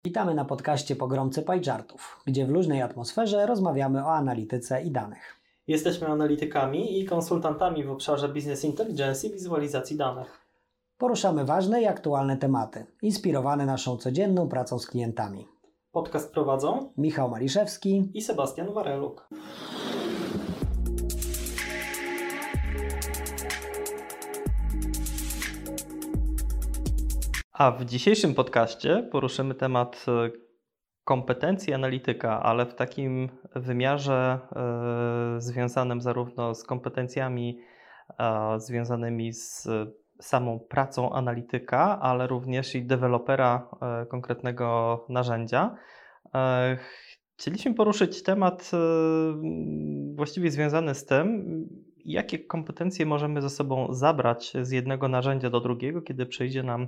Witamy na podcaście Pogromcy PyChartów, gdzie w luźnej atmosferze rozmawiamy o analityce i danych. Jesteśmy analitykami i konsultantami w obszarze Business Intelligence i wizualizacji danych. Poruszamy ważne i aktualne tematy, inspirowane naszą codzienną pracą z klientami. Podcast prowadzą Michał Maliszewski i Sebastian Wareluk. A w dzisiejszym podcaście poruszymy temat kompetencji analityka, ale w takim wymiarze związanym zarówno z kompetencjami związanymi z samą pracą analityka, ale również i dewelopera konkretnego narzędzia. Chcieliśmy poruszyć temat właściwie związany z tym, jakie kompetencje możemy ze sobą zabrać z jednego narzędzia do drugiego, kiedy przyjdzie nam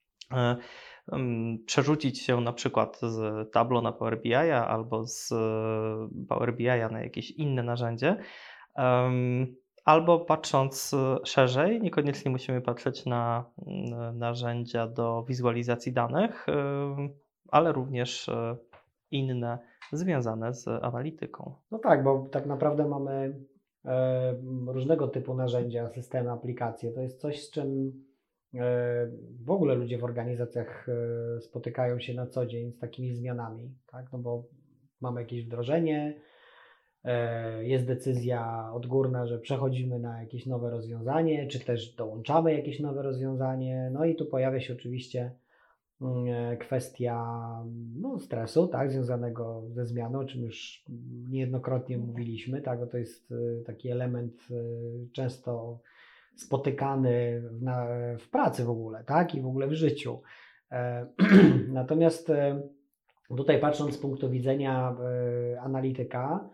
przerzucić się na przykład z Tableau na Power BI albo z Power BI na jakieś inne narzędzie. Albo patrząc szerzej, niekoniecznie musimy patrzeć na narzędzia do wizualizacji danych, ale również inne związane z analityką. No tak, bo tak naprawdę mamy różnego typu narzędzia, systemy, aplikacje. To jest coś, z czym w ogóle ludzie w organizacjach spotykają się na co dzień z takimi zmianami, tak? No bo mamy jakieś wdrożenie, jest decyzja odgórna, że przechodzimy na jakieś nowe rozwiązanie, czy też dołączamy jakieś nowe rozwiązanie. No i tu pojawia się oczywiście kwestia stresu, tak, związanego ze zmianą, o czym już niejednokrotnie mówiliśmy, tak, bo to jest taki element często spotykany w pracy w ogóle, tak, i w ogóle w życiu. Natomiast tutaj patrząc z punktu widzenia analityka,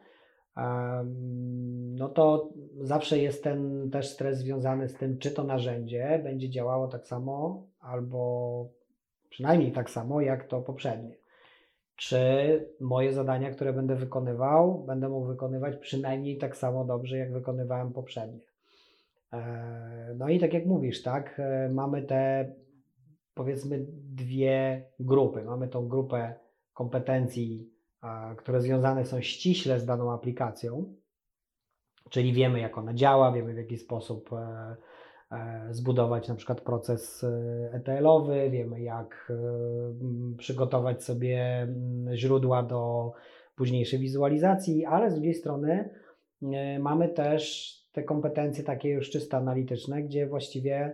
no to zawsze jest ten też stres związany z tym, czy to narzędzie będzie działało tak samo, albo przynajmniej tak samo, jak to poprzednie. Czy moje zadania, które będę wykonywał, będę mógł wykonywać przynajmniej tak samo dobrze, jak wykonywałem poprzednie. No i tak jak mówisz, tak, mamy te, powiedzmy, dwie grupy. Mamy tą grupę kompetencji, które związane są ściśle z daną aplikacją, czyli wiemy, jak ona działa, wiemy, w jaki sposób zbudować na przykład proces ETL-owy, wiemy, jak przygotować sobie źródła do późniejszej wizualizacji, ale z drugiej strony mamy też te kompetencje takie już czysto analityczne, gdzie właściwie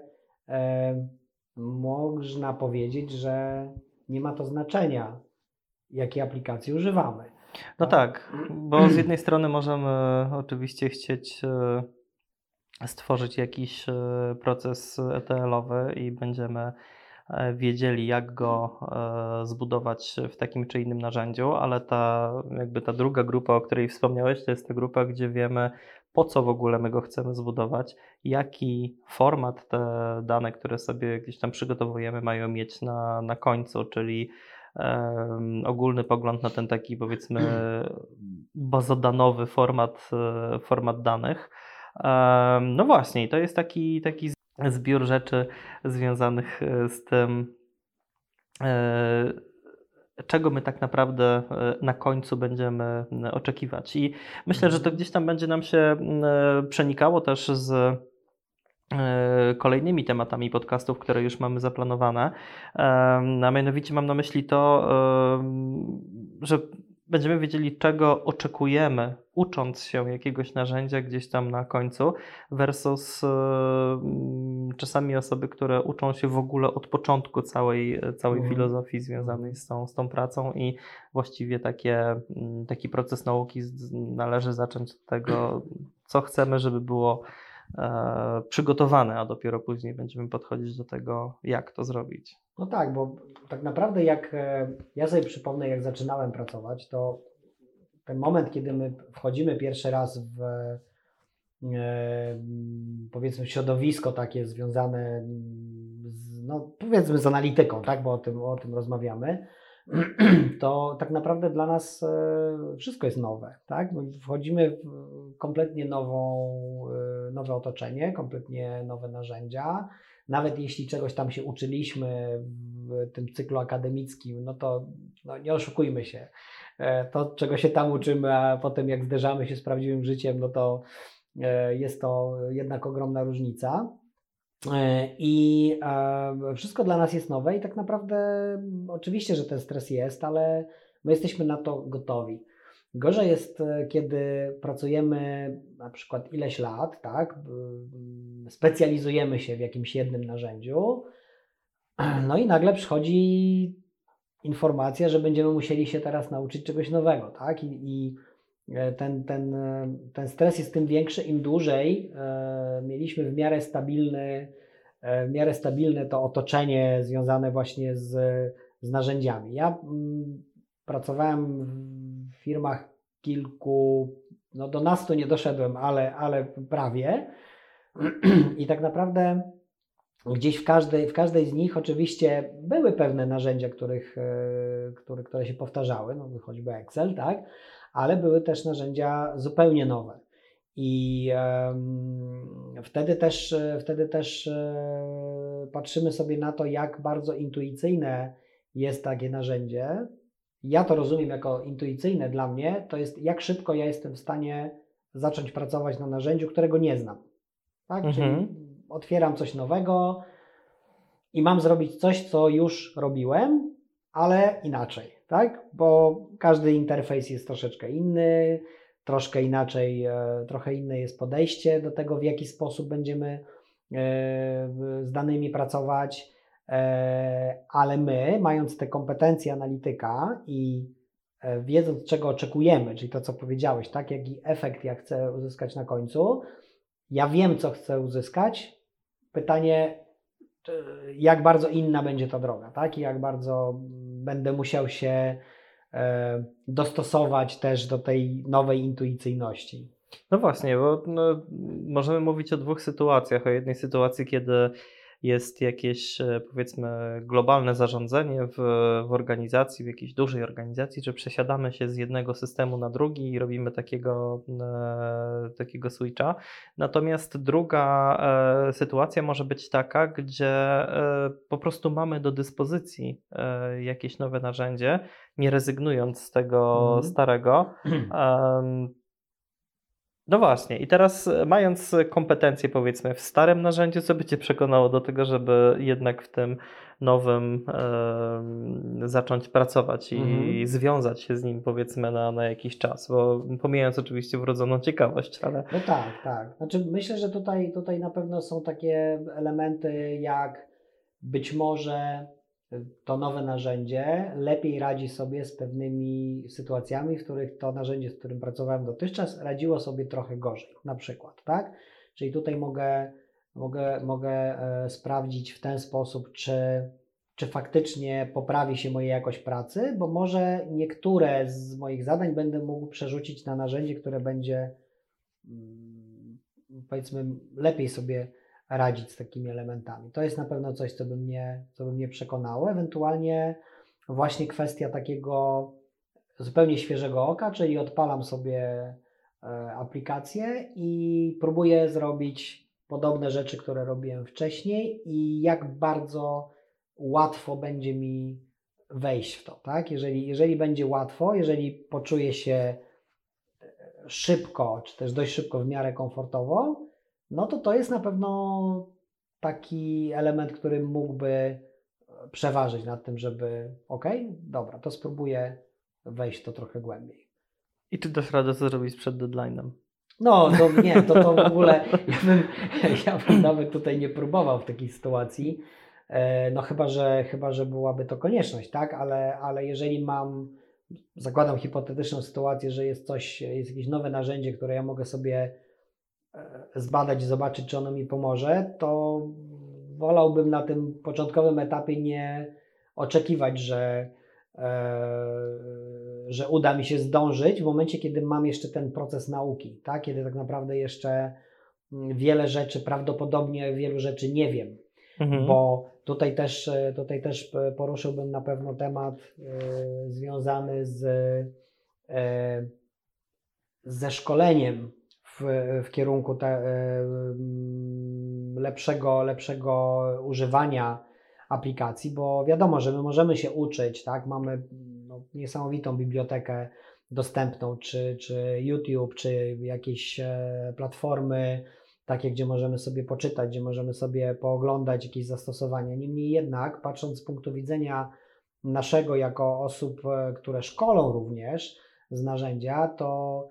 można powiedzieć, że nie ma to znaczenia, jakiej aplikacji używamy. No tak, bo z jednej strony możemy oczywiście chcieć stworzyć jakiś proces ETL-owy i będziemy wiedzieli, jak go zbudować w takim czy innym narzędziu, ale ta druga grupa, o której wspomniałeś, to jest ta grupa, gdzie wiemy, po co w ogóle my go chcemy zbudować, jaki format te dane, które sobie gdzieś tam przygotowujemy, mają mieć na końcu, czyli ogólny pogląd na ten taki, powiedzmy, bazodanowy format danych. No właśnie, to jest taki zbiór rzeczy związanych z tym, czego my tak naprawdę na końcu będziemy oczekiwać. I myślę, że to gdzieś tam będzie nam się przenikało też z kolejnymi tematami podcastów, które już mamy zaplanowane. A mianowicie mam na myśli to, że będziemy wiedzieli, czego oczekujemy, ucząc się jakiegoś narzędzia gdzieś tam na końcu, versus czasami osoby, które uczą się w ogóle od początku całej filozofii związanej z tą pracą i właściwie taki proces nauki należy zacząć od tego, co chcemy, żeby było przygotowane, a dopiero później będziemy podchodzić do tego, jak to zrobić. No tak, bo tak naprawdę jak ja sobie przypomnę, jak zaczynałem pracować, to ten moment, kiedy my wchodzimy pierwszy raz w powiedzmy środowisko takie związane powiedzmy z analityką, tak, bo o tym rozmawiamy, to tak naprawdę dla nas wszystko jest nowe, tak? Wchodzimy w kompletnie nowe otoczenie, kompletnie nowe narzędzia, nawet jeśli czegoś tam się uczyliśmy w tym cyklu akademickim, no to nie oszukujmy się. To, czego się tam uczymy, a potem jak zderzamy się z prawdziwym życiem, no to jest to jednak ogromna różnica. I wszystko dla nas jest nowe i tak naprawdę oczywiście, że ten stres jest, ale my jesteśmy na to gotowi. Gorzej jest, kiedy pracujemy na przykład ileś lat, tak, specjalizujemy się w jakimś jednym narzędziu, no i nagle przychodzi informacja, że będziemy musieli się teraz nauczyć czegoś nowego, tak, i ten stres jest tym większy, im dłużej mieliśmy w miarę stabilne to otoczenie związane właśnie z narzędziami. Ja pracowałem w firmach kilku, no do nastu nie doszedłem, ale prawie. I tak naprawdę gdzieś w każdej z nich oczywiście były pewne narzędzia, które się powtarzały, no choćby Excel, tak, ale były też narzędzia zupełnie nowe. I wtedy też patrzymy sobie na to, jak bardzo intuicyjne jest takie narzędzie. Ja to rozumiem jako intuicyjne dla mnie, to jest jak szybko ja jestem w stanie zacząć pracować na narzędziu, którego nie znam. Tak? Czyli otwieram coś nowego i mam zrobić coś, co już robiłem, ale inaczej, tak? Bo każdy interfejs jest troszeczkę inny, troszkę inaczej, trochę inne jest podejście do tego, w jaki sposób będziemy z danymi pracować, ale my, mając te kompetencje analityka i wiedząc, czego oczekujemy, czyli to, co powiedziałeś, tak, jaki efekt ja chcę uzyskać na końcu, ja wiem, co chcę uzyskać. Pytanie, jak bardzo inna będzie ta droga, tak? I jak bardzo będę musiał się dostosować też do tej nowej intuicyjności. No właśnie, bo możemy mówić o dwóch sytuacjach. O jednej sytuacji, kiedy jest jakieś, powiedzmy, globalne zarządzanie w organizacji, w jakiejś dużej organizacji, że przesiadamy się z jednego systemu na drugi i robimy takiego switcha. Natomiast druga sytuacja może być taka, gdzie po prostu mamy do dyspozycji jakieś nowe narzędzie, nie rezygnując z tego starego. No właśnie, i teraz mając kompetencje, powiedzmy, w starym narzędziu, co by Cię przekonało do tego, żeby jednak w tym nowym zacząć pracować i związać się z nim, powiedzmy, na jakiś czas, bo pomijając oczywiście wrodzoną ciekawość, ale... No tak. Znaczy myślę, że tutaj na pewno są takie elementy, jak być może to nowe narzędzie lepiej radzi sobie z pewnymi sytuacjami, w których to narzędzie, z którym pracowałem dotychczas, radziło sobie trochę gorzej, na przykład, tak? Czyli tutaj mogę sprawdzić w ten sposób, czy faktycznie poprawi się moja jakość pracy, bo może niektóre z moich zadań będę mógł przerzucić na narzędzie, które będzie, powiedzmy, lepiej sobie radzić z takimi elementami. To jest na pewno coś, co by mnie przekonało. Ewentualnie właśnie kwestia takiego zupełnie świeżego oka, czyli odpalam sobie aplikację i próbuję zrobić podobne rzeczy, które robiłem wcześniej i jak bardzo łatwo będzie mi wejść w to, tak? Jeżeli będzie łatwo, jeżeli poczuję się szybko, czy też dość szybko, w miarę komfortowo, no to jest na pewno taki element, który mógłby przeważyć nad tym, żeby dobra, to spróbuję wejść w to trochę głębiej. I czy dasz radę to zrobić przed deadline'em? No, to nie, to w ogóle ja bym nawet tutaj nie próbował w takiej sytuacji, no chyba, że byłaby to konieczność, tak, ale jeżeli zakładam hipotetyczną sytuację, że jest jakieś nowe narzędzie, które ja mogę sobie zbadać i zobaczyć, czy ono mi pomoże, to wolałbym na tym początkowym etapie nie oczekiwać, że uda mi się zdążyć w momencie, kiedy mam jeszcze ten proces nauki, tak? Kiedy tak naprawdę jeszcze wielu rzeczy nie wiem, bo tutaj też poruszyłbym na pewno temat ze szkoleniem w kierunku lepszego używania aplikacji, bo wiadomo, że my możemy się uczyć, tak? Mamy niesamowitą bibliotekę dostępną, czy YouTube, czy jakieś platformy takie, gdzie możemy sobie poczytać, gdzie możemy sobie pooglądać jakieś zastosowania. Niemniej jednak, patrząc z punktu widzenia naszego jako osób, które szkolą również z narzędzia, to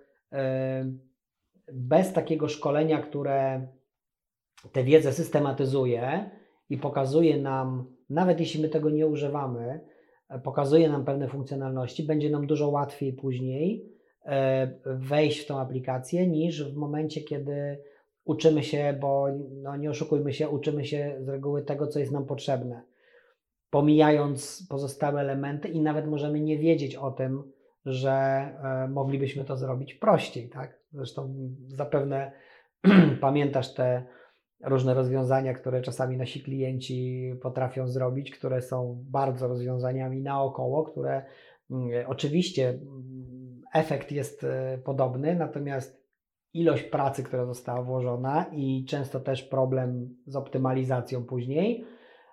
bez takiego szkolenia, które tę wiedzę systematyzuje i pokazuje nam, nawet jeśli my tego nie używamy, pokazuje nam pewne funkcjonalności, będzie nam dużo łatwiej później wejść w tą aplikację niż w momencie, kiedy uczymy się, bo nie oszukujmy się, uczymy się z reguły tego, co jest nam potrzebne, pomijając pozostałe elementy i nawet możemy nie wiedzieć o tym, że moglibyśmy to zrobić prościej, tak? Zresztą zapewne pamiętasz te różne rozwiązania, które czasami nasi klienci potrafią zrobić, które są bardzo rozwiązaniami naokoło, które oczywiście efekt jest podobny, natomiast ilość pracy, która została włożona i często też problem z optymalizacją później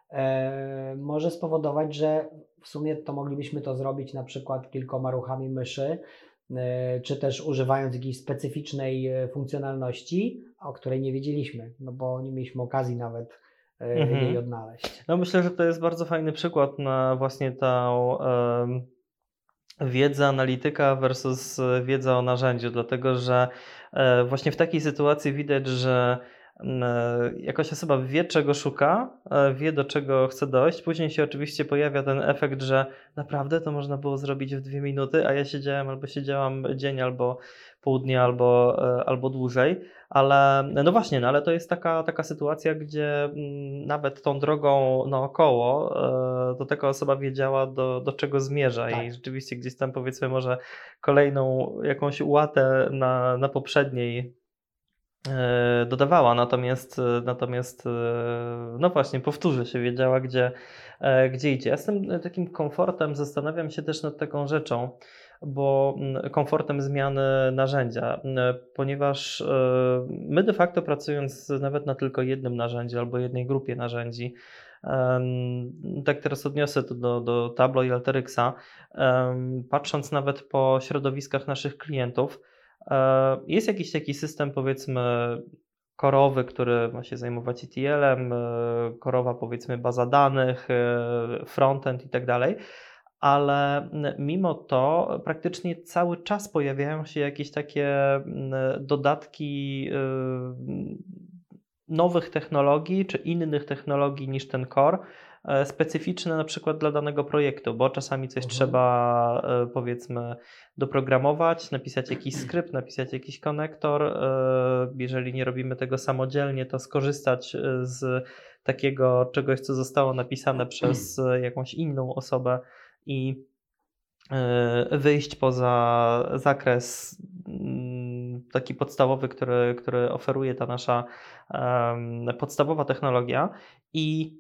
może spowodować, że w sumie to moglibyśmy to zrobić na przykład kilkoma ruchami myszy, czy też używając jakiejś specyficznej funkcjonalności, o której nie wiedzieliśmy, no bo nie mieliśmy okazji nawet jej odnaleźć. No myślę, że to jest bardzo fajny przykład na właśnie tą wiedza analityka versus wiedza o narzędziu, dlatego że właśnie w takiej sytuacji widać, że jakaś osoba wie, czego szuka, wie, do czego chce dojść. Później się oczywiście pojawia ten efekt, że naprawdę to można było zrobić w 2 minuty, a ja siedziałam dzień albo pół dnia, albo dłużej. Ale no właśnie, ale to jest taka sytuacja, gdzie nawet tą drogą naokoło to taka osoba wiedziała, do czego zmierza Tak. i rzeczywiście gdzieś tam powiedzmy może kolejną jakąś łatę na poprzedniej dodawała, natomiast no właśnie, powtórzę się, wiedziała gdzie idzie. Ja z tym takim komfortem zastanawiam się też nad taką rzeczą, bo komfortem zmiany narzędzia, ponieważ my de facto pracując nawet na tylko jednym narzędziu albo jednej grupie narzędzi, tak teraz odniosę to do Tableau i Alteryxa, patrząc nawet po środowiskach naszych klientów, jest jakiś taki system, powiedzmy, korowy, który ma się zajmować ETL-em, korowa, powiedzmy, baza danych, frontend i tak dalej, ale mimo to praktycznie cały czas pojawiają się jakieś takie dodatki nowych technologii czy innych technologii niż ten core, specyficzne na przykład dla danego projektu, bo czasami coś trzeba powiedzmy doprogramować, napisać jakiś skrypt, napisać jakiś konektor. Jeżeli nie robimy tego samodzielnie, to skorzystać z takiego czegoś, co zostało napisane przez jakąś inną osobę i wyjść poza zakres taki podstawowy, który oferuje ta nasza podstawowa technologia i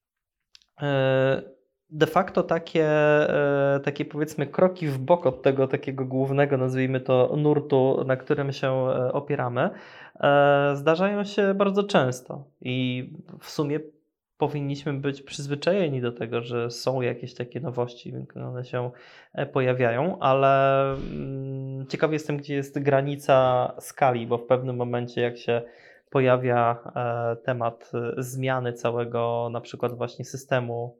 de facto takie powiedzmy kroki w bok od tego takiego głównego, nazwijmy to, nurtu, na którym się opieramy, zdarzają się bardzo często i w sumie powinniśmy być przyzwyczajeni do tego, że są jakieś takie nowości, one się pojawiają, ale ciekaw jestem, gdzie jest granica skali, bo w pewnym momencie jak się pojawia temat zmiany całego na przykład właśnie systemu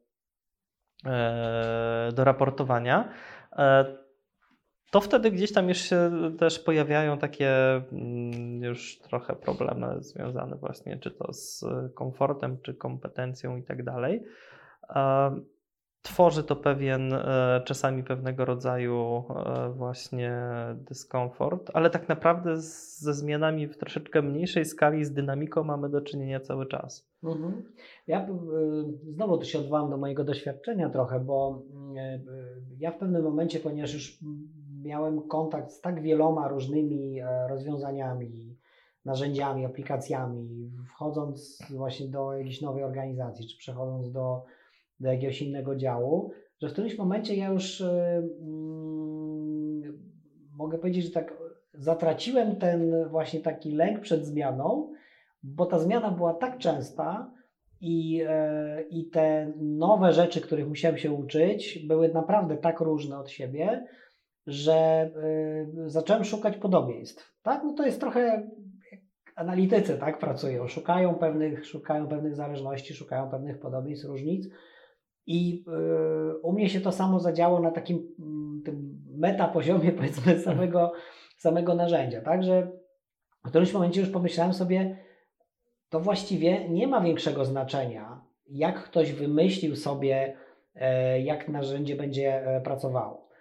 do raportowania, to wtedy gdzieś tam już się też pojawiają takie już trochę problemy związane właśnie czy to z komfortem, czy kompetencją i tak dalej. Tworzy to czasami pewnego rodzaju właśnie dyskomfort, ale tak naprawdę ze zmianami w troszeczkę mniejszej skali, z dynamiką mamy do czynienia cały czas. Ja znowu tu się odwołam do mojego doświadczenia trochę, bo ja w pewnym momencie, ponieważ już miałem kontakt z tak wieloma różnymi rozwiązaniami, narzędziami, aplikacjami, wchodząc właśnie do jakiejś nowej organizacji, czy przechodząc do jakiegoś innego działu, że w którymś momencie ja już mogę powiedzieć, że tak zatraciłem ten właśnie taki lęk przed zmianą, bo ta zmiana była tak częsta i te nowe rzeczy, których musiałem się uczyć, były naprawdę tak różne od siebie, że zacząłem szukać podobieństw. Tak? No to jest trochę jak analitycy, tak, pracują, szukają pewnych zależności, szukają pewnych podobieństw, różnic. I u mnie się to samo zadziało na takim tym metapoziomie, powiedzmy, samego narzędzia. Także w którymś momencie już pomyślałem sobie, to właściwie nie ma większego znaczenia, jak ktoś wymyślił sobie, jak narzędzie będzie pracowało.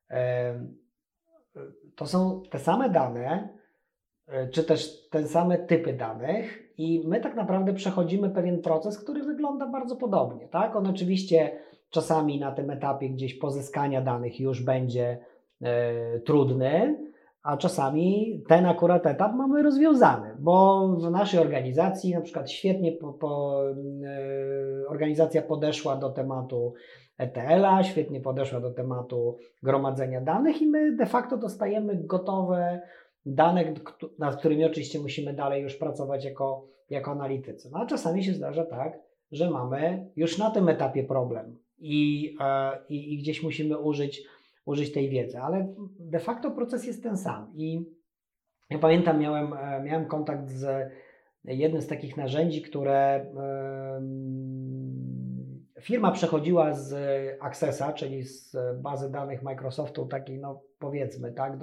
To są te same dane, czy też te same typy danych i my tak naprawdę przechodzimy pewien proces, który wygląda bardzo podobnie. Tak? On oczywiście czasami na tym etapie gdzieś pozyskania danych już będzie trudny, a czasami ten akurat etap mamy rozwiązany, bo w naszej organizacji na przykład świetnie organizacja podeszła do tematu ETL-a, świetnie podeszła do tematu gromadzenia danych i my de facto dostajemy gotowe dane, nad którymi oczywiście musimy dalej już pracować jako analitycy. No a czasami się zdarza tak, że mamy już na tym etapie problem i gdzieś musimy użyć tej wiedzy, ale de facto proces jest ten sam. I ja pamiętam, miałem kontakt z jednym z takich narzędzi, które firma przechodziła z Accessa, czyli z bazy danych Microsoftu, takiej no powiedzmy, tak,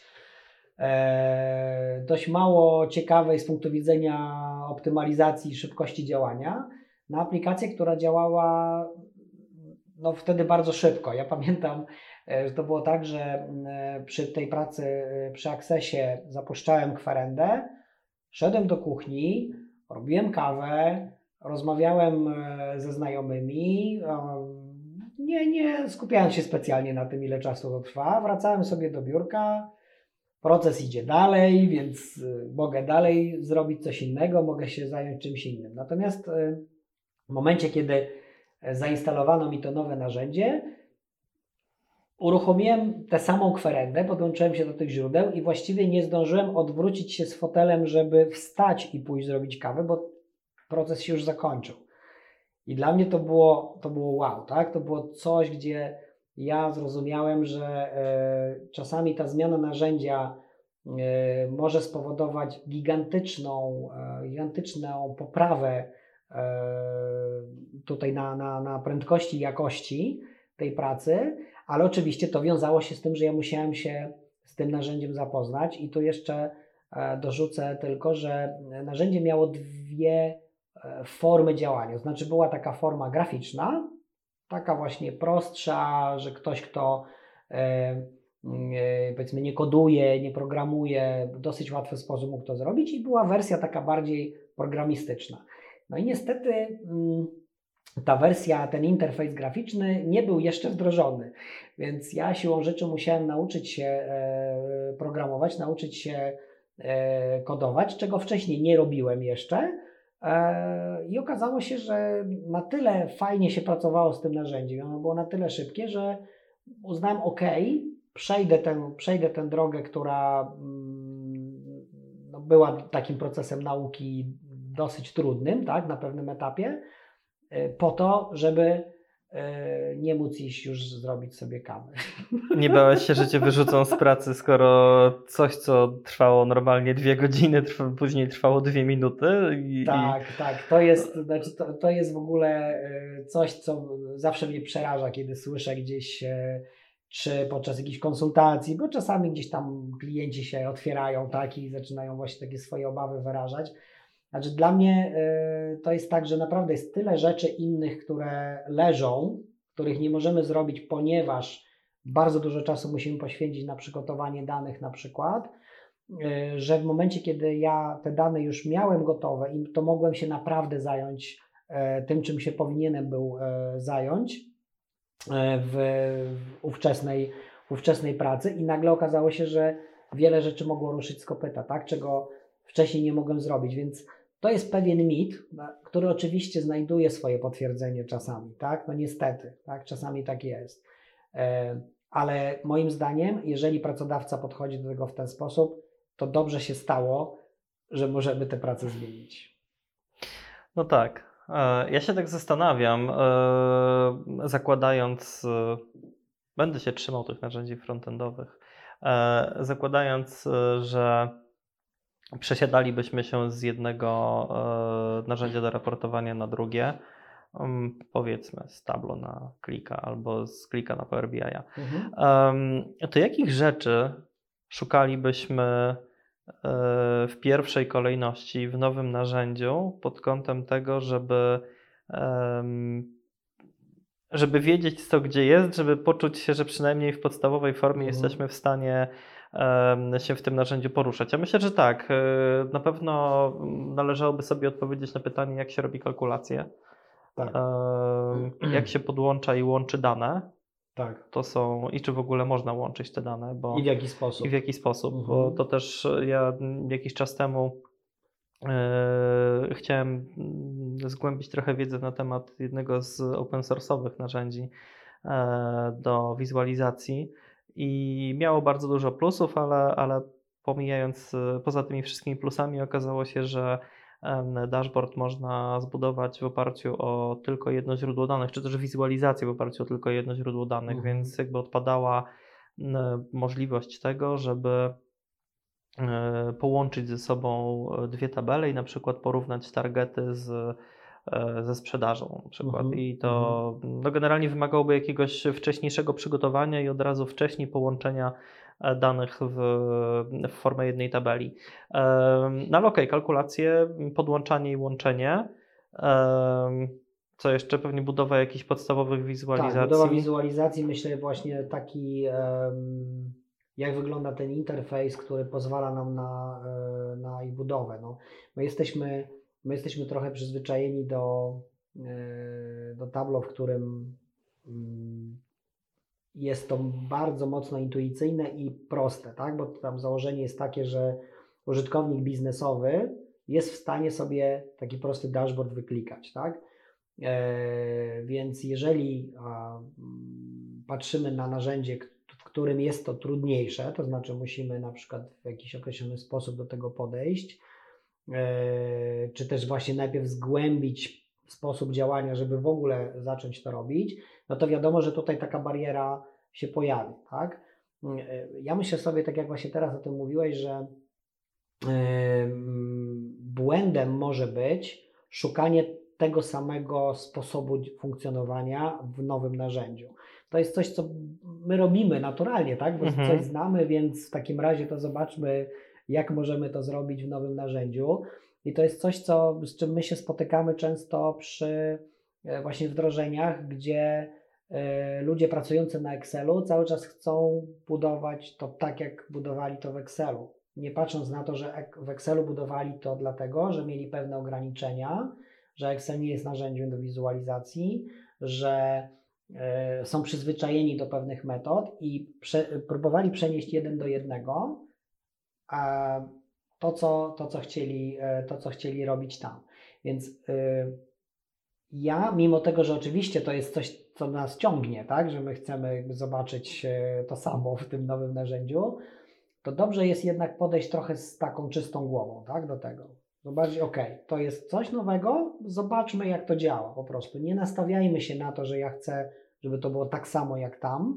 dość mało ciekawej z punktu widzenia optymalizacji i szybkości działania, na aplikację, która działała no wtedy bardzo szybko. Ja pamiętam, że to było tak, że przy tej pracy przy Accessie zapuszczałem kwerendę, szedłem do kuchni, robiłem kawę, rozmawiałem ze znajomymi, nie skupiając się specjalnie na tym, ile czasu to trwa, wracałem sobie do biurka, proces idzie dalej, więc mogę dalej zrobić coś innego, mogę się zająć czymś innym. Natomiast w momencie, kiedy zainstalowano mi to nowe narzędzie, uruchomiłem tę samą kwerendę, podłączyłem się do tych źródeł i właściwie nie zdążyłem odwrócić się z fotelem, żeby wstać i pójść zrobić kawę, bo proces się już zakończył. I dla mnie to było wow, tak? To było coś, gdzie ja zrozumiałem, że czasami ta zmiana narzędzia może spowodować gigantyczną poprawę tutaj na prędkości i jakości tej pracy, ale oczywiście to wiązało się z tym, że ja musiałem się z tym narzędziem zapoznać i tu jeszcze dorzucę tylko, że narzędzie miało dwie formy działania, to znaczy była taka forma graficzna, taka właśnie prostsza, że ktoś, kto powiedzmy nie koduje, nie programuje, w dosyć łatwy sposób mógł to zrobić i była wersja taka bardziej programistyczna. No i niestety ta wersja, ten interfejs graficzny nie był jeszcze wdrożony, więc ja siłą rzeczy musiałem nauczyć się programować, nauczyć się kodować, czego wcześniej nie robiłem jeszcze. I okazało się, że na tyle fajnie się pracowało z tym narzędziem, ono było na tyle szybkie, że uznałem, ok, przejdę tę drogę, która no, była takim procesem nauki dosyć trudnym, tak, na pewnym etapie, po to, żeby nie móc iść już zrobić sobie kawy. Nie bałeś się, że cię wyrzucą z pracy, skoro coś, co trwało normalnie 2 godziny, później trwało 2 minuty? Tak. To jest w ogóle coś, co zawsze mnie przeraża, kiedy słyszę gdzieś, czy podczas jakichś konsultacji, bo czasami gdzieś tam klienci się otwierają, tak, i zaczynają właśnie takie swoje obawy wyrażać. Znaczy dla mnie to jest tak, że naprawdę jest tyle rzeczy innych, które leżą, których nie możemy zrobić, ponieważ bardzo dużo czasu musimy poświęcić na przygotowanie danych na przykład, że w momencie, kiedy ja te dane już miałem gotowe i to mogłem się naprawdę zająć tym, czym się powinienem był zająć w ówczesnej pracy i nagle okazało się, że wiele rzeczy mogło ruszyć z kopyta, tak? Czego wcześniej nie mogłem zrobić, więc to jest pewien mit, który oczywiście znajduje swoje potwierdzenie czasami, tak? No niestety, tak? Czasami tak jest. Ale moim zdaniem, jeżeli pracodawca podchodzi do tego w ten sposób, to dobrze się stało, że możemy tę pracę zmienić. No tak. Ja się tak zastanawiam, zakładając, będę się trzymał tych narzędzi frontendowych, zakładając, że przesiadalibyśmy się z jednego narzędzia do raportowania na drugie, powiedzmy z Tableau na Qlika albo z Qlika na Power BI'a, to jakich rzeczy szukalibyśmy w pierwszej kolejności w nowym narzędziu pod kątem tego, żeby wiedzieć co gdzie jest, żeby poczuć się, że przynajmniej w podstawowej formie jesteśmy w stanie się w tym narzędziu poruszać. Ja myślę, że tak. Na pewno należałoby sobie odpowiedzieć na pytanie, jak się robi kalkulacje, Tak. jak się podłącza i łączy dane. Tak. To są, i czy w ogóle można łączyć te dane, bo I w jaki sposób. i w jaki sposób, bo to też ja jakiś czas temu chciałem zgłębić trochę wiedzę na temat jednego z open source'owych narzędzi do wizualizacji i miało bardzo dużo plusów, ale pomijając poza tymi wszystkimi plusami, okazało się, że dashboard można zbudować w oparciu o tylko jedno źródło danych, czy też wizualizację w oparciu o tylko jedno źródło danych, więc jakby odpadała możliwość tego, żeby połączyć ze sobą dwie tabele i na przykład porównać targety ze sprzedażą na przykład. I to generalnie wymagałoby jakiegoś wcześniejszego przygotowania i od razu wcześniej połączenia danych w formę jednej tabeli. No ale okej, kalkulacje, podłączanie i łączenie. Co jeszcze? Pewnie budowa jakichś podstawowych wizualizacji. Tak, budowa wizualizacji, myślę właśnie taki, jak wygląda ten interfejs, który pozwala nam na ich budowę. No, my jesteśmy trochę przyzwyczajeni do Tableau, w którym jest to bardzo mocno intuicyjne i proste, tak? Bo tam założenie jest takie, że użytkownik biznesowy jest w stanie sobie taki prosty dashboard wyklikać, tak? Więc jeżeli patrzymy na narzędzie, w którym jest to trudniejsze, to znaczy musimy na przykład w jakiś określony sposób do tego podejść, czy też właśnie najpierw zgłębić sposób działania, żeby w ogóle zacząć to robić, no to wiadomo, że tutaj taka bariera się pojawi, tak? Ja myślę sobie, tak jak właśnie teraz o tym mówiłeś, że błędem może być szukanie tego samego sposobu funkcjonowania w nowym narzędziu. To jest coś, co my robimy naturalnie, tak? Bo coś znamy, więc w takim razie to zobaczmy, jak możemy to zrobić w nowym narzędziu. I to jest coś, z czym my się spotykamy często przy właśnie wdrożeniach, gdzie ludzie pracujący na Excelu cały czas chcą budować to tak, jak budowali to w Excelu. Nie patrząc na to, że w Excelu budowali to dlatego, że mieli pewne ograniczenia, że Excel nie jest narzędziem do wizualizacji, że są przyzwyczajeni do pewnych metod i próbowali przenieść 1 do 1 to, co chcieli robić tam. Więc ja, mimo tego, że oczywiście to jest coś, co nas ciągnie, tak, że my chcemy zobaczyć to samo w tym nowym narzędziu, to dobrze jest jednak podejść trochę z taką czystą głową, tak, do tego. Zobaczyć, to jest coś nowego, zobaczmy, jak to działa po prostu. Nie nastawiajmy się na to, że ja chcę, żeby to było tak samo jak tam.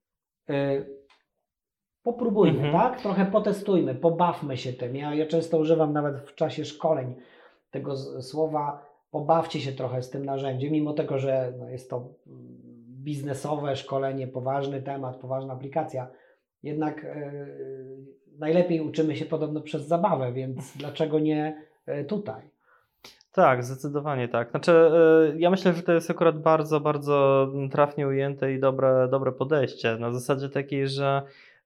Popróbujmy, tak? Trochę potestujmy, pobawmy się tym. Ja często używam nawet w czasie szkoleń tego słowa, pobawcie się trochę z tym narzędziem, mimo tego, że jest to biznesowe szkolenie, poważny temat, poważna aplikacja. Jednak najlepiej uczymy się podobno przez zabawę, więc dlaczego nie tutaj? Tak, zdecydowanie tak. Znaczy, ja myślę, że to jest akurat bardzo, bardzo trafnie ujęte i dobre podejście. Na zasadzie takiej, że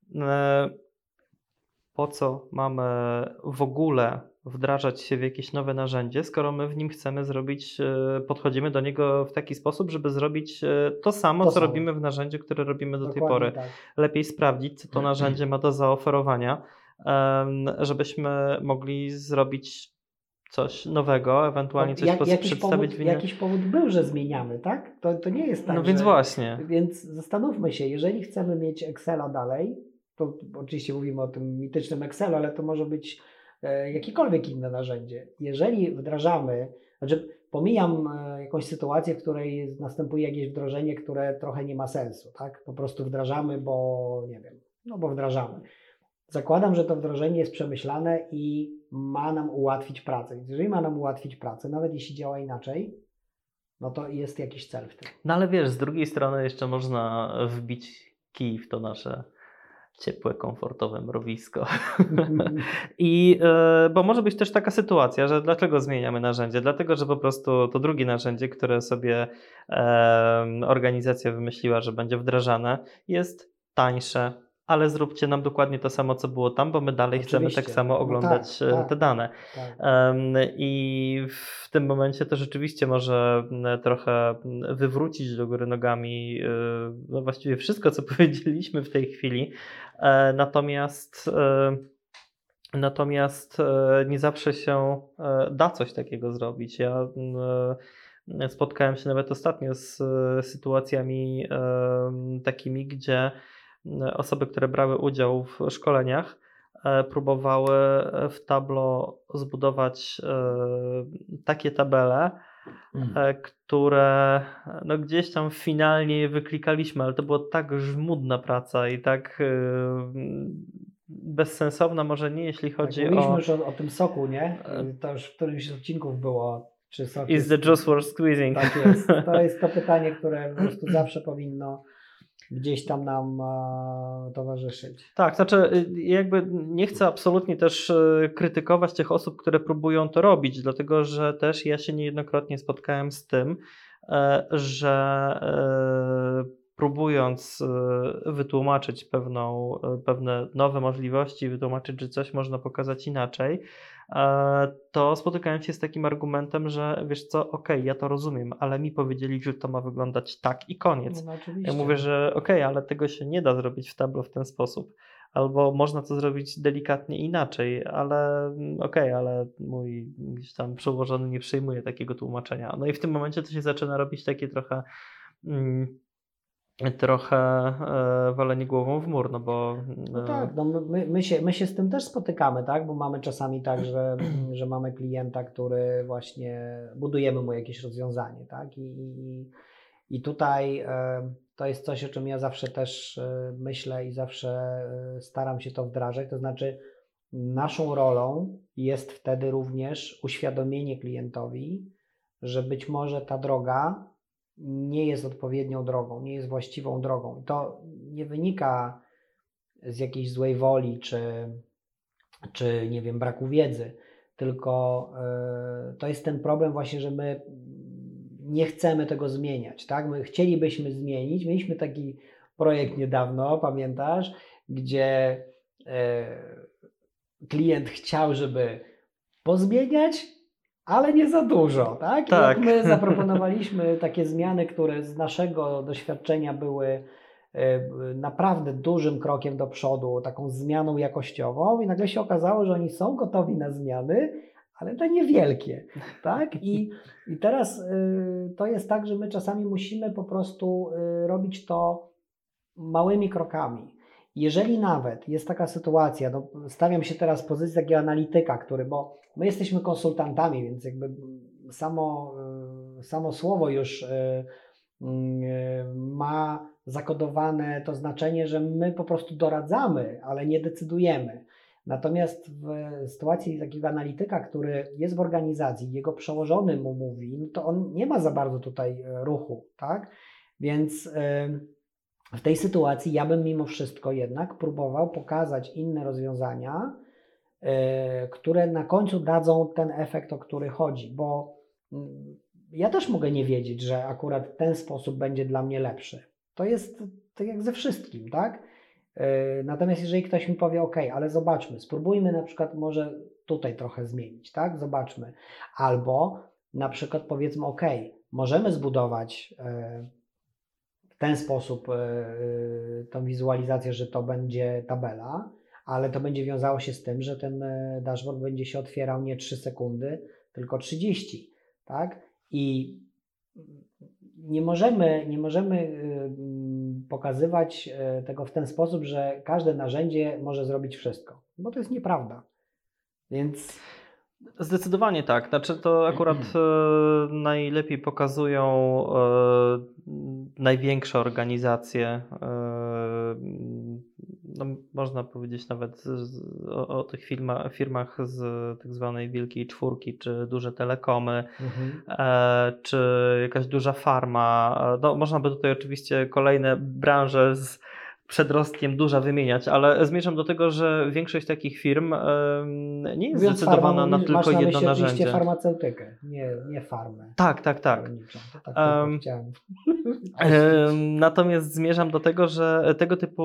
po co mamy w ogóle wdrażać się w jakieś nowe narzędzie, skoro my w nim chcemy zrobić, podchodzimy do niego w taki sposób, żeby zrobić to samo, co robimy w narzędziu, które robimy do tej pory. Tak. Lepiej sprawdzić, co to narzędzie ma do zaoferowania, żebyśmy mogli zrobić coś nowego, ewentualnie coś przedstawić. Jakiś powód był, że zmieniamy, tak? To nie jest tak, No więc właśnie. Więc zastanówmy się, jeżeli chcemy mieć Excela dalej, to oczywiście mówimy o tym mitycznym Excelu, ale to może być jakiekolwiek inne narzędzie. Jeżeli wdrażamy, znaczy pomijam jakąś sytuację, w której następuje jakieś wdrożenie, które trochę nie ma sensu, tak? Po prostu wdrażamy, bo nie wiem, no bo wdrażamy. Zakładam, że to wdrożenie jest przemyślane i ma nam ułatwić pracę. Więc jeżeli ma nam ułatwić pracę, nawet jeśli działa inaczej, no to jest jakiś cel w tym. No ale wiesz, z drugiej strony jeszcze można wbić kij w to nasze ciepłe, komfortowe mrowisko. Bo może być też taka sytuacja, że dlaczego zmieniamy narzędzie? Dlatego, że po prostu to drugie narzędzie, które sobie organizacja wymyśliła, że będzie wdrażane, jest tańsze, ale zróbcie nam dokładnie to samo, co było tam, bo my dalej chcemy tak Oczywiście. samo No oglądać tak. te dane. Tak. I w tym momencie to rzeczywiście może trochę wywrócić do góry nogami no właściwie wszystko, co powiedzieliśmy w tej chwili. Natomiast nie zawsze się da coś takiego zrobić. Ja spotkałem się nawet ostatnio z sytuacjami takimi, gdzie osoby, które brały udział w szkoleniach, próbowały w Tableau zbudować takie tabele, które no gdzieś tam finalnie je wyklikaliśmy, ale to była tak żmudna praca i tak bezsensowna, może nie, jeśli chodzi Tak, mówiliśmy o... już o tym soku, nie? To już w którymś z odcinków było, czy sok Is the juice worth squeezing? Tak jest. To jest to pytanie, które po prostu zawsze powinno gdzieś tam nam towarzyszyć. Tak, znaczy jakby nie chcę absolutnie też krytykować tych osób, które próbują to robić, dlatego że też ja się niejednokrotnie spotkałem z tym, że próbując wytłumaczyć pewne nowe możliwości, wytłumaczyć, że coś można pokazać inaczej, to spotykałem się z takim argumentem, że wiesz co, okej, ja to rozumiem, ale mi powiedzieli, że to ma wyglądać tak i koniec. No, oczywiście. Ja mówię, że okej, ale tego się nie da zrobić w Tableau w ten sposób. Albo można to zrobić delikatnie inaczej, ale okej, ale mój gdzieś tam przełożony nie przyjmuje takiego tłumaczenia. No i w tym momencie to się zaczyna robić takie trochę walenie głową w mur, no bo... No tak, no my się z tym też spotykamy, tak? Bo mamy czasami tak, że mamy klienta, który właśnie budujemy mu jakieś rozwiązanie, tak? I tutaj to jest coś, o czym ja zawsze też myślę i zawsze staram się to wdrażać, to znaczy naszą rolą jest wtedy również uświadomienie klientowi, że być może ta droga nie jest odpowiednią drogą, nie jest właściwą drogą. I to nie wynika z jakiejś złej woli, czy nie wiem, braku wiedzy, tylko to jest ten problem właśnie, że my nie chcemy tego zmieniać, tak? My chcielibyśmy zmienić, mieliśmy taki projekt niedawno, pamiętasz, gdzie klient chciał, żeby pozmieniać, ale nie za dużo, tak? I Tak. jak my zaproponowaliśmy takie zmiany, które z naszego doświadczenia były naprawdę dużym krokiem do przodu, taką zmianą jakościową i nagle się okazało, że oni są gotowi na zmiany, ale te niewielkie, tak? I teraz to jest tak, że my czasami musimy po prostu robić to małymi krokami. Jeżeli nawet jest taka sytuacja, no stawiam się teraz w pozycji takiego analityka, bo my jesteśmy konsultantami, więc jakby samo słowo już ma zakodowane to znaczenie, że my po prostu doradzamy, ale nie decydujemy. Natomiast w sytuacji takiego analityka, który jest w organizacji, jego przełożony mu mówi, no to on nie ma za bardzo tutaj ruchu, tak? Więc w tej sytuacji ja bym mimo wszystko jednak próbował pokazać inne rozwiązania, które na końcu dadzą ten efekt, o który chodzi, bo ja też mogę nie wiedzieć, że akurat ten sposób będzie dla mnie lepszy. To jest tak jak ze wszystkim, tak? Natomiast jeżeli ktoś mi powie, ok, ale zobaczmy, spróbujmy na przykład może tutaj trochę zmienić, tak? Zobaczmy. Albo na przykład powiedzmy, ok, możemy zbudować w ten sposób tą wizualizację, że to będzie tabela, ale to będzie wiązało się z tym, że ten dashboard będzie się otwierał nie 3 sekundy, tylko 30, tak? I nie możemy pokazywać tego w ten sposób, że każde narzędzie może zrobić wszystko, bo to jest nieprawda. Więc Zdecydowanie tak. Znaczy to akurat najlepiej pokazują największe organizacje. No, można powiedzieć nawet o tych firmach z tak zwanej Wielkiej Czwórki, czy duże telekomy, czy jakaś duża farma. No, można by tutaj oczywiście kolejne branże z przedrostkiem duża wymieniać, ale zmierzam do tego, że większość takich firm nie jest mówiąc zdecydowana farma, na masz tylko na jedno myśli oczywiście narzędzie. farmaceutykę, nie farmę Tak. rolniczą. To tak tylko chciałem. Natomiast zmierzam do tego, że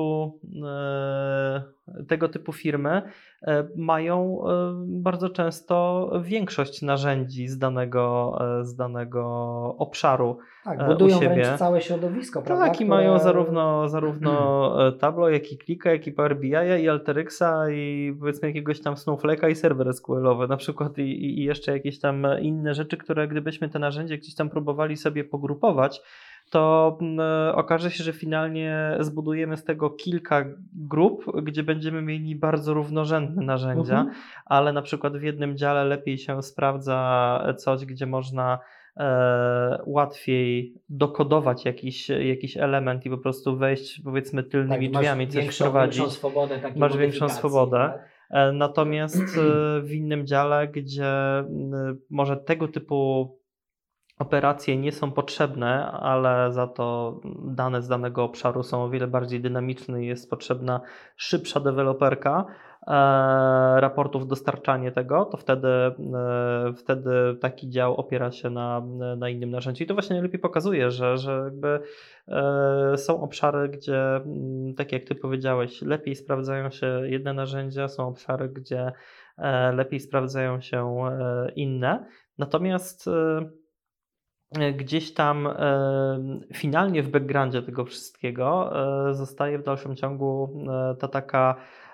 tego typu firmy mają bardzo często większość narzędzi z danego obszaru Tak, u budują siebie. wręcz całe środowisko, prawda? Tak, i mają zarówno Tableau, jak i Qlika, jak i Power BI, i Alteryxa, i powiedzmy jakiegoś tam Snowflake'a i serwer SQL-owy na przykład, i jeszcze jakieś tam inne rzeczy, które gdybyśmy te narzędzia gdzieś tam próbowali sobie pogrupować, to okaże się, że finalnie zbudujemy z tego kilka grup, gdzie będziemy mieli bardzo równorzędne narzędzia, ale na przykład w jednym dziale lepiej się sprawdza coś, gdzie można łatwiej dokodować jakiś element i po prostu wejść, powiedzmy, tylnymi drzwiami, coś wprowadzić. Masz większą swobodę. Natomiast w innym dziale, gdzie może tego typu operacje nie są potrzebne, ale za to dane z danego obszaru są o wiele bardziej dynamiczne i jest potrzebna szybsza deweloperka raportów, dostarczanie tego, to wtedy taki dział opiera się na innym narzędziu. I to właśnie najlepiej pokazuje, że jakby są obszary, gdzie, tak jak ty powiedziałeś, lepiej sprawdzają się jedne narzędzia, są obszary, gdzie lepiej sprawdzają się inne. Natomiast gdzieś tam finalnie w backgroundzie tego wszystkiego zostaje w dalszym ciągu ta taka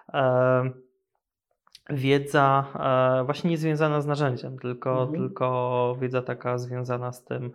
wiedza właśnie nie związana z narzędziem, tylko wiedza taka związana z tym,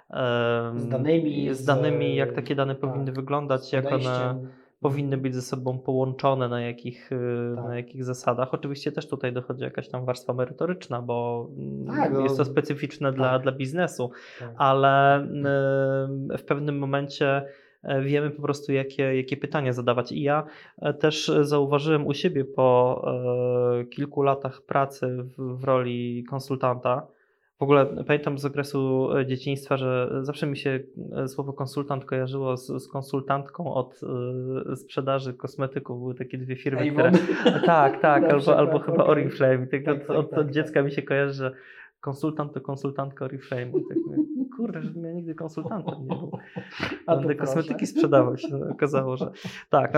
z danymi, jak takie dane powinny wyglądać, jak one powinny być ze sobą połączone, na jakich zasadach. Oczywiście też tutaj dochodzi jakaś tam warstwa merytoryczna, bo jest to specyficzne dla biznesu, ale w pewnym momencie wiemy po prostu, jakie pytania zadawać. I ja też zauważyłem u siebie po kilku latach pracy w roli konsultanta. W ogóle pamiętam z okresu dzieciństwa, że zawsze mi się słowo konsultant kojarzyło z konsultantką od sprzedaży kosmetyków. Były takie dwie firmy, które... Tak, albo chyba Oriflame. Od dziecka mi się kojarzy, że konsultant to konsultantka Oriflame. Tak mówię, kurde, że ja nigdy konsultantem nie był. Będę kosmetyki sprzedawał, się okazało, że tak.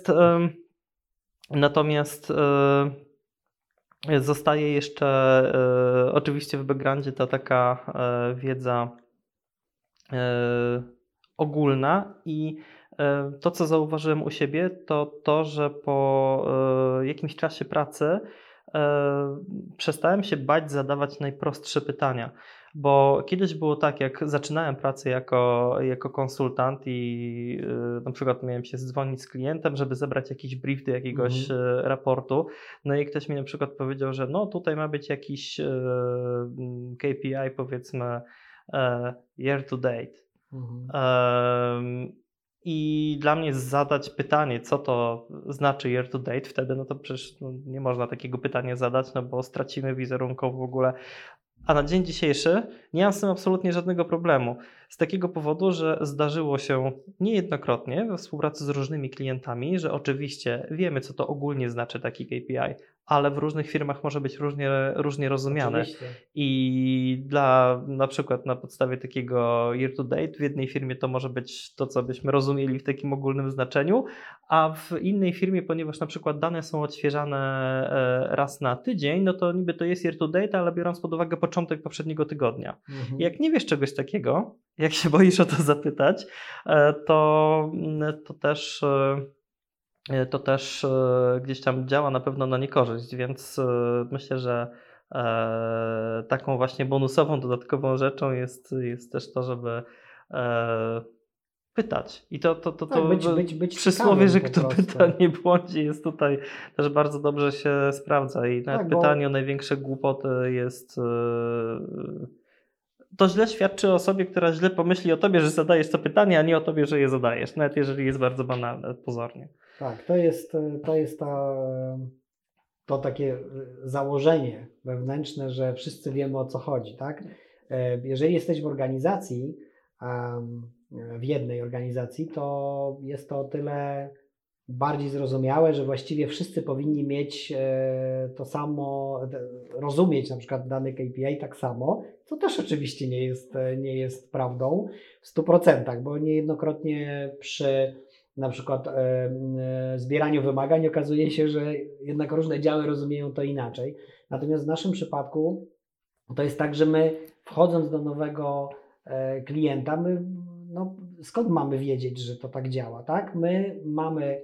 Natomiast zostaje jeszcze oczywiście w backgroundzie ta taka wiedza ogólna i to, co zauważyłem u siebie, to, że po jakimś czasie pracy przestałem się bać zadawać najprostsze pytania, bo kiedyś było tak, jak zaczynałem pracę jako konsultant i na przykład miałem się zdzwonić z klientem, żeby zebrać jakiś brief do jakiegoś raportu, no i ktoś mi na przykład powiedział, że no tutaj ma być jakiś KPI, powiedzmy year to date. I dla mnie zadać pytanie, co to znaczy year to date, wtedy no to przecież nie można takiego pytania zadać, no bo stracimy wizerunkowo w ogóle. A na dzień dzisiejszy nie mam z tym absolutnie żadnego problemu. Z takiego powodu, że zdarzyło się niejednokrotnie we współpracy z różnymi klientami, że oczywiście wiemy, co to ogólnie znaczy taki KPI, ale w różnych firmach może być różnie rozumiane. Oczywiście. I na przykład na podstawie takiego year to date w jednej firmie to może być to, co byśmy rozumieli w takim ogólnym znaczeniu, a w innej firmie, ponieważ na przykład dane są odświeżane raz na tydzień, no to niby to jest year to date, ale biorąc pod uwagę początek poprzedniego tygodnia. Jak nie wiesz czegoś takiego, jak się boisz o to zapytać, to też gdzieś tam działa na pewno na niekorzyść, więc myślę, że taką właśnie bonusową, dodatkową rzeczą jest też to, żeby pytać. I to Tak, być przysłowie, ciekawym że po kto prostu. pyta, nie błądzi, jest tutaj też bardzo dobrze się sprawdza i nawet Tak, bo pytanie o największe głupoty jest to źle świadczy o osobie, która źle pomyśli o tobie, że zadajesz to pytanie, a nie o tobie, że je zadajesz, nawet jeżeli jest bardzo banalne, pozornie. tak, to jest to takie założenie wewnętrzne, że wszyscy wiemy, o co chodzi, tak? Jeżeli jesteś w organizacji, w jednej organizacji, to jest to o tyle bardziej zrozumiałe, że właściwie wszyscy powinni mieć to samo, rozumieć na przykład dany KPI tak samo, co też oczywiście nie jest prawdą w 100%, bo niejednokrotnie przy na przykład zbieraniu wymagań okazuje się, że jednak różne działy rozumieją to inaczej. Natomiast w naszym przypadku to jest tak, że my wchodząc do nowego klienta, my skąd mamy wiedzieć, że to tak działa, tak? My mamy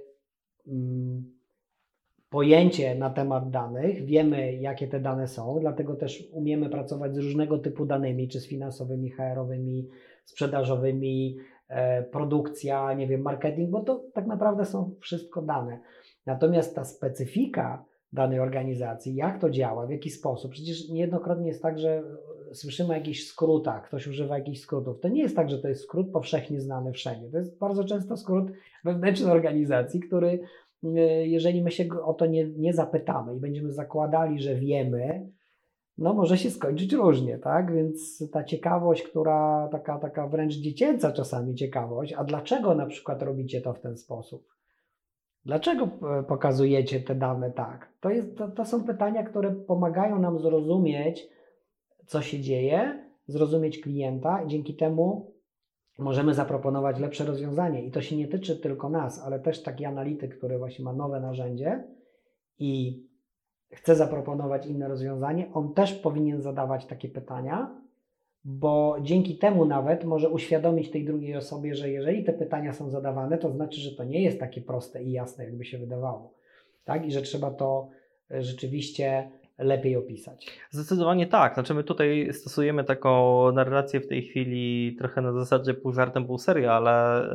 pojęcie na temat danych, wiemy jakie te dane są, dlatego też umiemy pracować z różnego typu danymi, czy z finansowymi, HR-owymi, sprzedażowymi, produkcja, nie wiem, marketing, bo to tak naprawdę są wszystko dane. Natomiast ta specyfika danej organizacji, jak to działa, w jaki sposób, przecież niejednokrotnie jest tak, że słyszymy o jakichś skrótach, ktoś używa jakichś skrótów. To nie jest tak, że to jest skrót powszechnie znany wszędzie. To jest bardzo często skrót wewnętrzny organizacji, który jeżeli my się o to nie zapytamy i będziemy zakładali, że wiemy, no może się skończyć różnie, tak? Więc ta ciekawość, która taka wręcz dziecięca czasami ciekawość, a dlaczego na przykład robicie to w ten sposób? Dlaczego pokazujecie te dane tak? To są pytania, które pomagają nam zrozumieć, co się dzieje, zrozumieć klienta i dzięki temu możemy zaproponować lepsze rozwiązanie. I to się nie tyczy tylko nas, ale też taki analityk, który właśnie ma nowe narzędzie i chce zaproponować inne rozwiązanie, on też powinien zadawać takie pytania, bo dzięki temu nawet może uświadomić tej drugiej osobie, że jeżeli te pytania są zadawane, to znaczy, że to nie jest takie proste i jasne, jakby się wydawało. Tak? I że trzeba to rzeczywiście lepiej opisać. Zdecydowanie tak. Znaczy my tutaj stosujemy taką narrację w tej chwili trochę na zasadzie pół żartem, pół serio, ale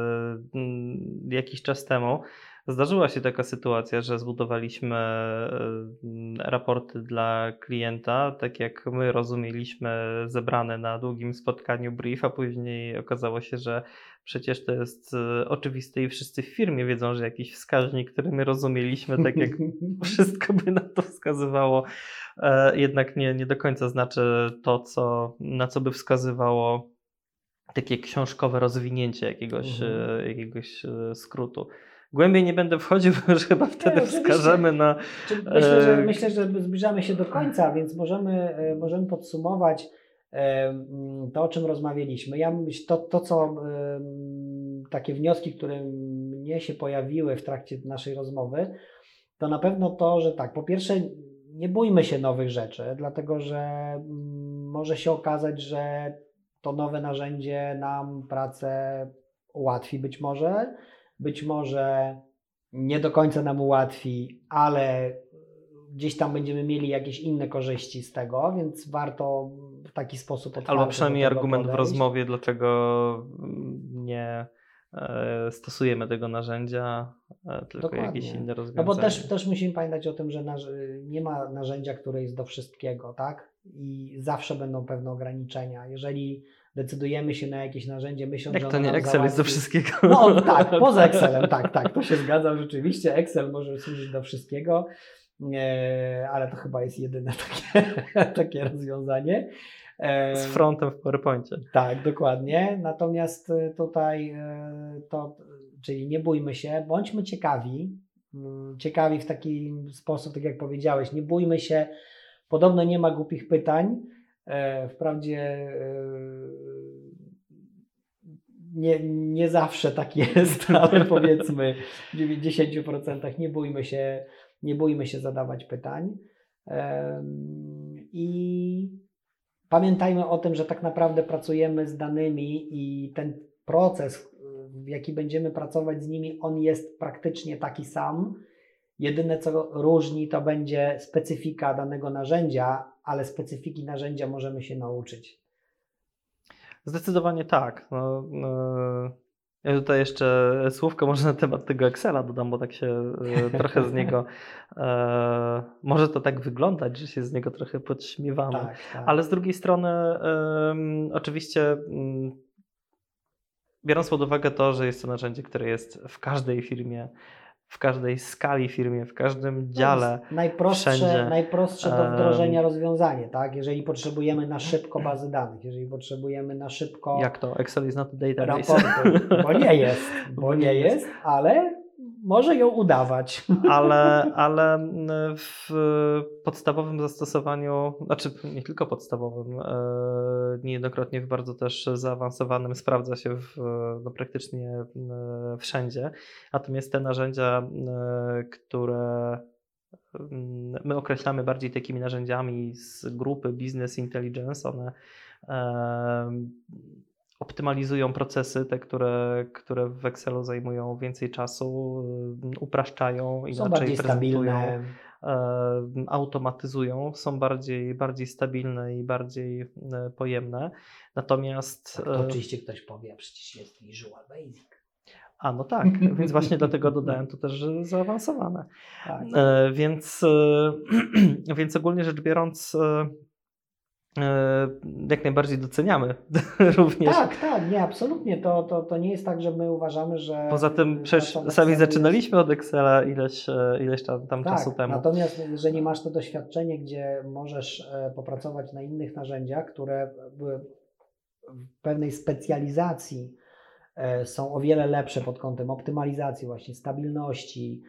jakiś czas temu zdarzyła się taka sytuacja, że zbudowaliśmy raporty dla klienta, tak jak my rozumieliśmy zebrane na długim spotkaniu brief, a później okazało się, że przecież to jest oczywiste i wszyscy w firmie wiedzą, że jakiś wskaźnik, który my rozumieliśmy, tak jak wszystko by na to wskazywało, jednak nie do końca znaczy to, na co by wskazywało takie książkowe rozwinięcie jakiegoś skrótu. Głębiej nie będę wchodził, bo już chyba wtedy wskażemy na... Myślę, że zbliżamy się do końca, więc możemy podsumować to, o czym rozmawialiśmy. Takie wnioski, które mnie się pojawiły w trakcie naszej rozmowy, to na pewno to, że tak, po pierwsze nie bójmy się nowych rzeczy, dlatego że może się okazać, że to nowe narzędzie nam pracę ułatwi być może nie do końca nam ułatwi, ale gdzieś tam będziemy mieli jakieś inne korzyści z tego, więc warto w taki sposób otwarty albo przynajmniej do tego argument podejść. w rozmowie, dlaczego nie stosujemy tego narzędzia, tylko Dokładnie. jakieś inne rozwiązania. No bo też musimy pamiętać o tym, że nie ma narzędzia, które jest do wszystkiego, tak? I zawsze będą pewne ograniczenia. Jeżeli decydujemy się na jakieś narzędzie, myśląc, jak że to nie Excel jest do wszystkiego. No tak, poza Excelem, tak, to się zgadzam rzeczywiście. Excel może służyć do wszystkiego, ale to chyba jest jedyne takie rozwiązanie. Z frontem w PowerPoincie. Tak, dokładnie. Natomiast tutaj czyli nie bójmy się, bądźmy ciekawi w taki sposób, tak jak powiedziałeś, nie bójmy się, podobno nie ma głupich pytań, wprawdzie nie zawsze tak jest, ale powiedzmy w 90% nie bójmy się zadawać pytań i pamiętajmy o tym, że tak naprawdę pracujemy z danymi i ten proces, w jaki będziemy pracować z nimi, on jest praktycznie taki sam. Jedyne, co różni, to będzie specyfika danego narzędzia, ale specyfiki narzędzia możemy się nauczyć. Zdecydowanie tak. Ja tutaj jeszcze słówko może na temat tego Excela dodam, bo tak się trochę z niego, może to tak wyglądać, że się z niego trochę podśmiewamy, Tak, tak. ale z drugiej strony oczywiście biorąc pod uwagę to, że jest to narzędzie, które jest w każdej firmie, w każdej skali firmie, w każdym dziale, wszędzie. Najprostsze do wdrożenia rozwiązanie, tak? Jeżeli potrzebujemy na szybko bazy danych, jeżeli potrzebujemy na szybko Jak to? Excel is not a database. raportu, bo nie jest, ale może ją udawać. Ale w podstawowym zastosowaniu, znaczy nie tylko podstawowym, niejednokrotnie w bardzo też zaawansowanym sprawdza się praktycznie wszędzie. Natomiast te narzędzia, które my określamy bardziej takimi narzędziami z grupy Business Intelligence, one optymalizują procesy, te, które w Excelu zajmują więcej czasu, upraszczają, Są inaczej bardziej prezentują, stabilne. automatyzują, są bardziej stabilne i bardziej pojemne. Natomiast Tak, to oczywiście ktoś powie, a przecież jest Visual Basic. no tak, więc właśnie dlatego dodałem to też, że zaawansowane. Tak. Więc ogólnie rzecz biorąc, jak najbardziej doceniamy również. Tak, nie, absolutnie. To nie jest tak, że my uważamy, że... Poza tym przecież nasza sami Excel zaczynaliśmy od Excela ileś tam czasu temu. Natomiast jeżeli masz to doświadczenie, gdzie możesz popracować na innych narzędziach, które w pewnej specjalizacji są o wiele lepsze pod kątem optymalizacji, właśnie stabilności,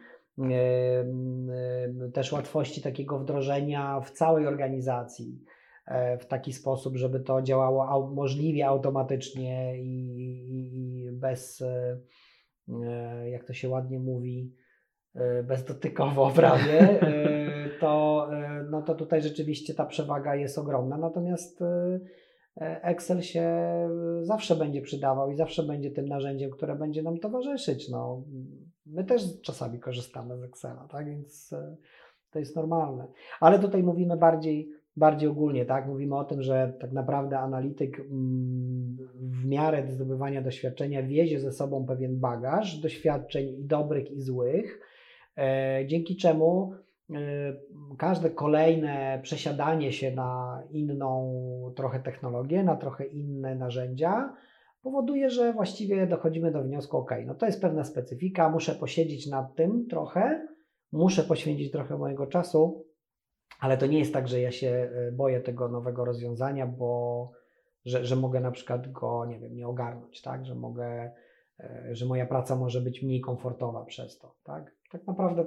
też łatwości takiego wdrożenia w całej organizacji w taki sposób, żeby to działało możliwie automatycznie i bez, jak to się ładnie mówi, bezdotykowo prawie, to tutaj rzeczywiście ta przewaga jest ogromna. Natomiast Excel się zawsze będzie przydawał i zawsze będzie tym narzędziem, które będzie nam towarzyszyć. No, my też czasami korzystamy z Excela, tak? Więc to jest normalne. Ale tutaj mówimy bardziej ogólnie, tak? Mówimy o tym, że tak naprawdę analityk w miarę zdobywania doświadczenia wiezie ze sobą pewien bagaż doświadczeń i dobrych i złych, dzięki czemu każde kolejne przesiadanie się na inną trochę technologię, na trochę inne narzędzia powoduje, że właściwie dochodzimy do wniosku, ok, no to jest pewna specyfika, muszę posiedzieć nad tym trochę, muszę poświęcić trochę mojego czasu, ale to nie jest tak, że ja się boję tego nowego rozwiązania, bo że mogę na przykład go, nie wiem, nie ogarnąć, tak, że moja praca może być mniej komfortowa przez to, tak. Tak naprawdę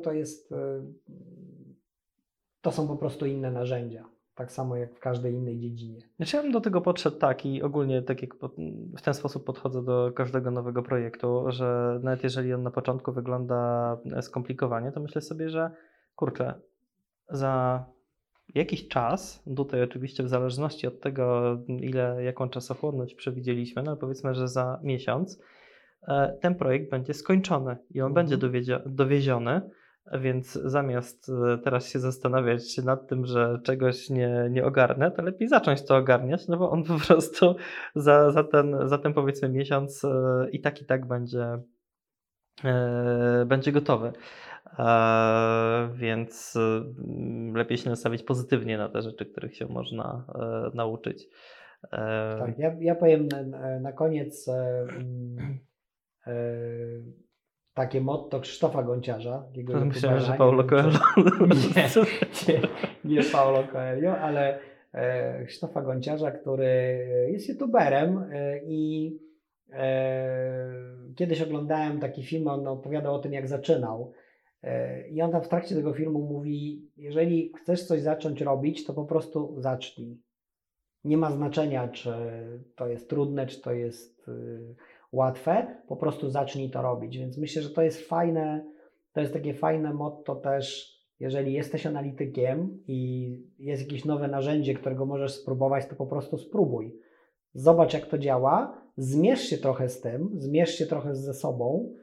to są po prostu inne narzędzia, tak samo jak w każdej innej dziedzinie. Ja bym do tego podszedł tak i ogólnie tak jak w ten sposób podchodzę do każdego nowego projektu, że nawet jeżeli on na początku wygląda skomplikowanie, to myślę sobie, że kurczę, za jakiś czas, tutaj oczywiście w zależności od tego, jaką czasochłonność przewidzieliśmy, no powiedzmy, że za miesiąc ten projekt będzie skończony i on będzie dowieziony, więc zamiast teraz się zastanawiać nad tym, że czegoś nie ogarnę, to lepiej zacząć to ogarniać, no bo on po prostu za ten powiedzmy miesiąc i tak będzie gotowy. Więc lepiej się nastawić pozytywnie na te rzeczy, których się można nauczyć. Tak, ja powiem na koniec takie motto Krzysztofa Gonciarza. Myślałem, że Paulo Coelho. Nie Paulo Coelho, ale Krzysztofa Gonciarza, który jest youtuberem i kiedyś oglądałem taki film, on opowiadał o tym, jak zaczynał. I on tam w trakcie tego filmu mówi, jeżeli chcesz coś zacząć robić, to po prostu zacznij. Nie ma znaczenia, czy to jest trudne, czy to jest łatwe, po prostu zacznij to robić. Więc myślę, że to jest fajne, to jest takie fajne motto też, jeżeli jesteś analitykiem i jest jakieś nowe narzędzie, którego możesz spróbować, to po prostu spróbuj. Zobacz, jak to działa, zmierz się trochę z tym, zmierz się trochę ze sobą,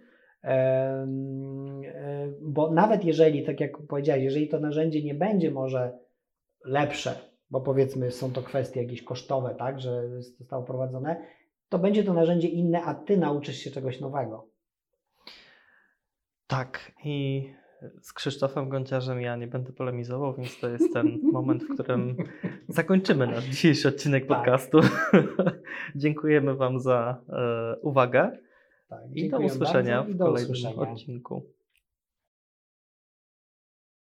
bo nawet jeżeli, tak jak powiedziałeś, jeżeli to narzędzie nie będzie może lepsze bo powiedzmy są to kwestie jakieś kosztowe, tak, że zostało prowadzone, to będzie to narzędzie inne, a ty nauczysz się czegoś nowego. Tak, i z Krzysztofem Gonciarzem ja nie będę polemizował, więc to jest ten moment, w którym zakończymy nasz dzisiejszy odcinek Tak. podcastu. Dziękujemy Wam za uwagę Tak, i do dziękuję usłyszenia bardzo i w do kolejnym usłyszenia. odcinku.